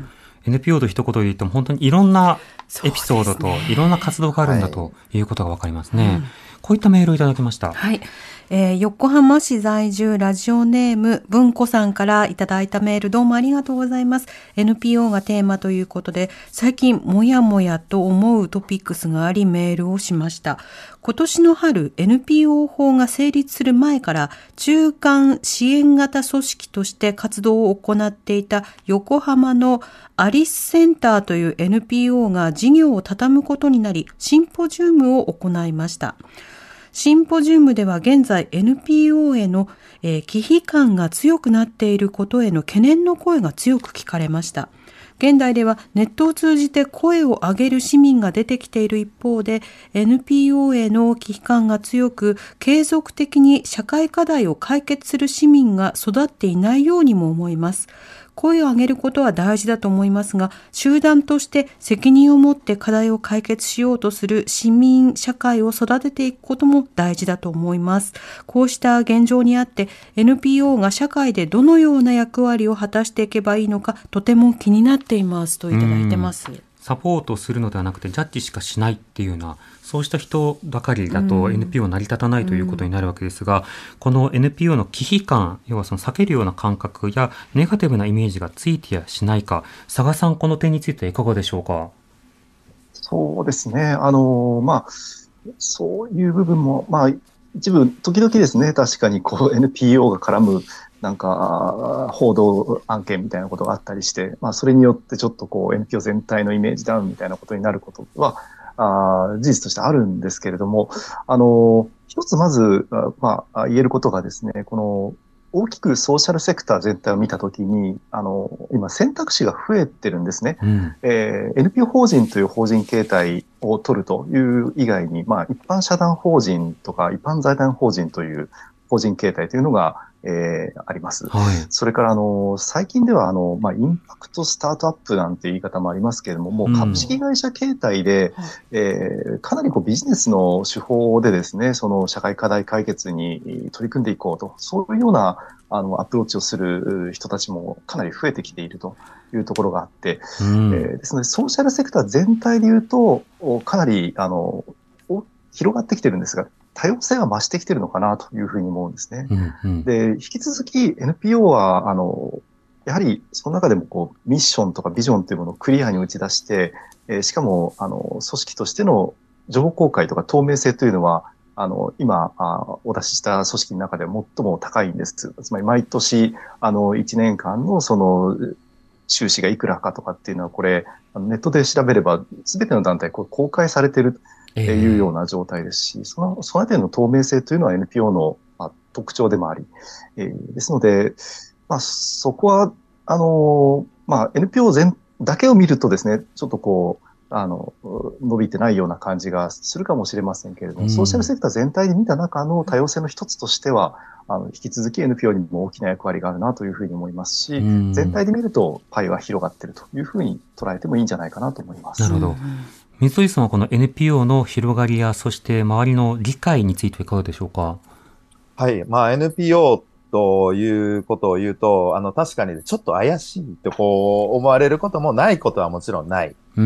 エヌピーオー と一言で言っても本当にいろんなエピソードといろんな活動があるんだということがわかりますね。はい、こういったメールをいただきました。 はい。えー、横浜市在住ラジオネーム文子さんからいただいたメール、どうもありがとうございます。 エヌピーオー がテーマということで、最近もやもやと思うトピックスがありメールをしました。今年の春 エヌピーオー 法が成立する前から中間支援型組織として活動を行っていた横浜のアリスセンターという エヌピーオー が事業を畳むことになり、シンポジウムを行いました。シンポジウムでは現在 エヌピーオー への、えー、忌避感が強くなっていることへの懸念の声が強く聞かれました。現代ではネットを通じて声を上げる市民が出てきている一方で、 エヌピーオー への忌避感が強く、継続的に社会課題を解決する市民が育っていないようにも思います。声を上げることは大事だと思いますが、集団として責任を持って課題を解決しようとする市民社会を育てていくことも大事だと思います。こうした現状にあって エヌピーオー が社会でどのような役割を果たしていけばいいのか、とても気になっていますといただいてます。 サポートするのではなくてジャッジしかしないっていうような、そうした人ばかりだと エヌピーオー 成り立たないということになるわけですが、うん、この エヌピーオー の忌避感、要はその避けるような感覚やネガティブなイメージがついてやしないか、佐賀さん、この点についていかがでしょうか？ そうですね。あの、まあ、そういう部分も、まあ、一部、時々ですね、確かにこう エヌピーオー が絡むなんか、報道案件みたいなことがあったりして、まあ、それによってちょっとこう、エヌピーオー 全体のイメージダウンみたいなことになることは、あ事実としてあるんですけれども、あの、一つまず、まあ、言えることがですね、この、大きくソーシャルセクター全体を見たときに、あの、今選択肢が増えてるんですね。うん、えー、エヌピーオー 法人という法人形態を取るという以外に、まあ、一般社団法人とか一般財団法人という法人形態というのが、えー、あります。はい、それから、あの、最近では、あの、まあ、インパクトスタートアップなんて言い方もありますけれども、もう株式会社形態で、うん、えー、かなりこうビジネスの手法でですね、その社会課題解決に取り組んでいこうと、そういうような、あの、アプローチをする人たちもかなり増えてきているというところがあって、うん、えー、ですので、ソーシャルセクター全体で言うと、かなり、あの、広がってきてるんですが、多様性が増してきてるのかなというふうに思うんですね。うんうん、で、引き続き エヌピーオー は、あの、やはりその中でもこう、ミッションとかビジョンというものをクリアに打ち出して、えー、しかも、あの、組織としての情報公開とか透明性というのは、あの、今、あお出しした組織の中で最も高いんです。つまり毎年、あの、いちねんかんのその、収支がいくらかとかっていうのは、これ、ネットで調べれば、すべての団体、これ公開されているというような状態ですし、その、そのあたりの透明性というのは エヌピーオー の、まあ、特徴でもあり、えー、ですので、まあ、そこは、あの、まあ、エヌピーオー 全だけを見るとですね、ちょっとこう、あの、伸びてないような感じがするかもしれませんけれども、うん、ソーシャルセクター全体で見た中の多様性の一つとしては、あの、引き続き エヌピーオー にも大きな役割があるなというふうに思いますし、うん、全体で見るとパイは広がっているというふうに捉えてもいいんじゃないかなと思います。 なるほど。水井さんはこの エヌピーオー の広がりや、そして周りの理解についていかがでしょうか？ はい。まあ エヌピーオー ということを言うと、あの、確かにちょっと怪しいとこう思われることもないことはもちろんない。うん。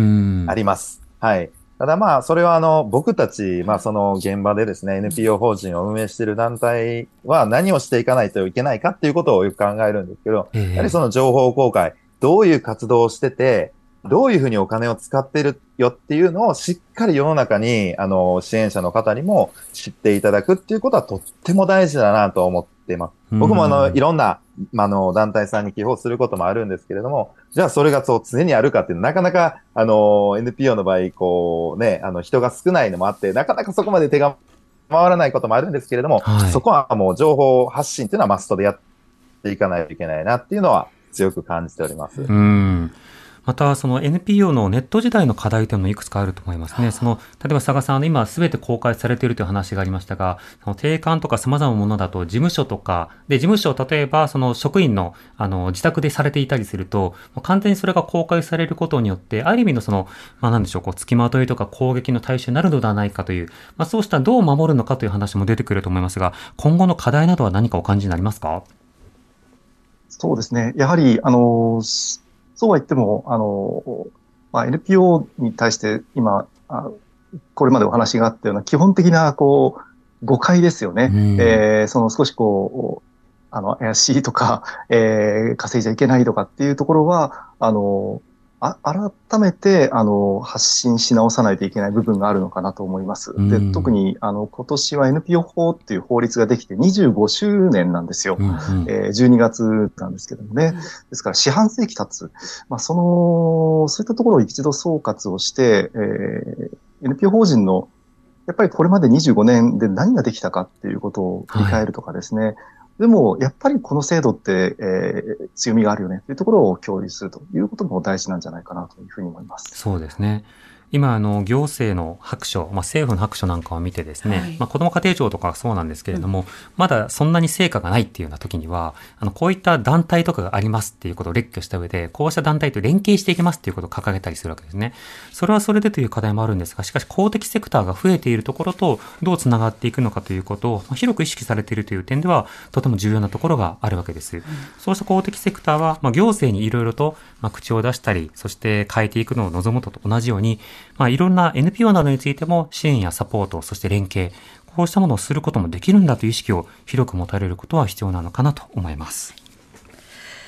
あります。はい。ただまあ、それはあの、僕たち、まあその現場でですね、エヌピーオー 法人を運営している団体は何をしていかないといけないかっていうことをよく考えるんですけど、えー、やはりその情報公開、どういう活動をしてて、どういうふうにお金を使っているよっていうのをしっかり世の中に、あの、支援者の方にも知っていただくっていうことはとっても大事だなと思っています。僕もあの、いろんな、あの、団体さんに寄付をすることもあるんですけれども、じゃあそれがそう常にあるかっていうのはなかなか、あの、エヌピーオー の場合、こうね、あの、人が少ないのもあって、なかなかそこまで手が回らないこともあるんですけれども、はい、そこはもう情報発信っていうのはマストでやっていかないといけないなっていうのは強く感じております。 うんまた、その エヌピーオー のネット時代の課題というのもいくつかあると思いますね。その、例えば佐賀さん、今すべて公開されているという話がありましたが、その定款とか様々なものだと事務所とか、で、事務所、例えばその職員の、あの、自宅でされていたりすると、完全にそれが公開されることによって、ある意味のその、まあなんでしょう、こう、付きまといとか攻撃の対象になるのではないかという、まあそうしたどう守るのかという話も出てくると思いますが、今後の課題などは何かお感じになりますか？ そうですね。やはり、あの、そうは言っても、あの、まあ、エヌピーオー に対して今、あこれまでお話があったような基本的な、こう、誤解ですよね。うん、えー、その少しこう、あの、怪しいとか、えー、稼いじゃいけないとかっていうところは、あの、あ改めて、あの、発信し直さないといけない部分があるのかなと思います。うん、で、特に、あの、今年は エヌピーオー 法っていう法律ができてにじゅうごしゅうねんなんですよ。うんうんえー、じゅうにがつなんですけどもね。ですから、四半世紀経つ。まあ、その、そういったところを一度総括をして、えー、エヌピーオー 法人の、やっぱりこれまでにじゅうごねんで何ができたかっていうことを振り返るとかですね。はいでも、やっぱりこの制度って、えー、強みがあるよねというところを共有するということも大事なんじゃないかなというふうに思います。 そうですね。今、あの、行政の白書、まあ、政府の白書なんかを見てですね、はい、まあ、子ども家庭庁とかはそうなんですけれども、うん、まだそんなに成果がないっていうような時には、あの、こういった団体とかがありますっていうことを列挙した上で、こうした団体と連携していきますっていうことを掲げたりするわけですね。それはそれでという課題もあるんですが、しかし公的セクターが増えているところとどうつながっていくのかということを、まあ、広く意識されているという点では、とても重要なところがあるわけです。うん、そうした公的セクターは、まあ、行政にいろいろと、まあ、口を出したり、そして変えていくのを望むとと同じように、まあ、いろんな エヌピーオー などについても支援やサポート、そして連携、こうしたものをすることもできるんだという意識を広く持たれることは必要なのかなと思います。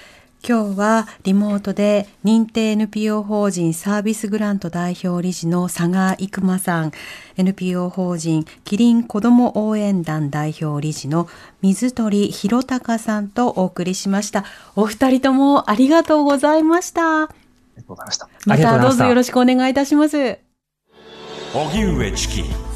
今日はリモートで認定 エヌピーオー 法人サービスグラント代表理事の佐賀生馬さん、エヌピーオー 法人キリン子ども応援団代表理事の水鳥弘隆さんとお送りしました。お二人ともありがとうございました。 ありがとうございました。 またどうぞよろしくお願いいたします。 荻上チキ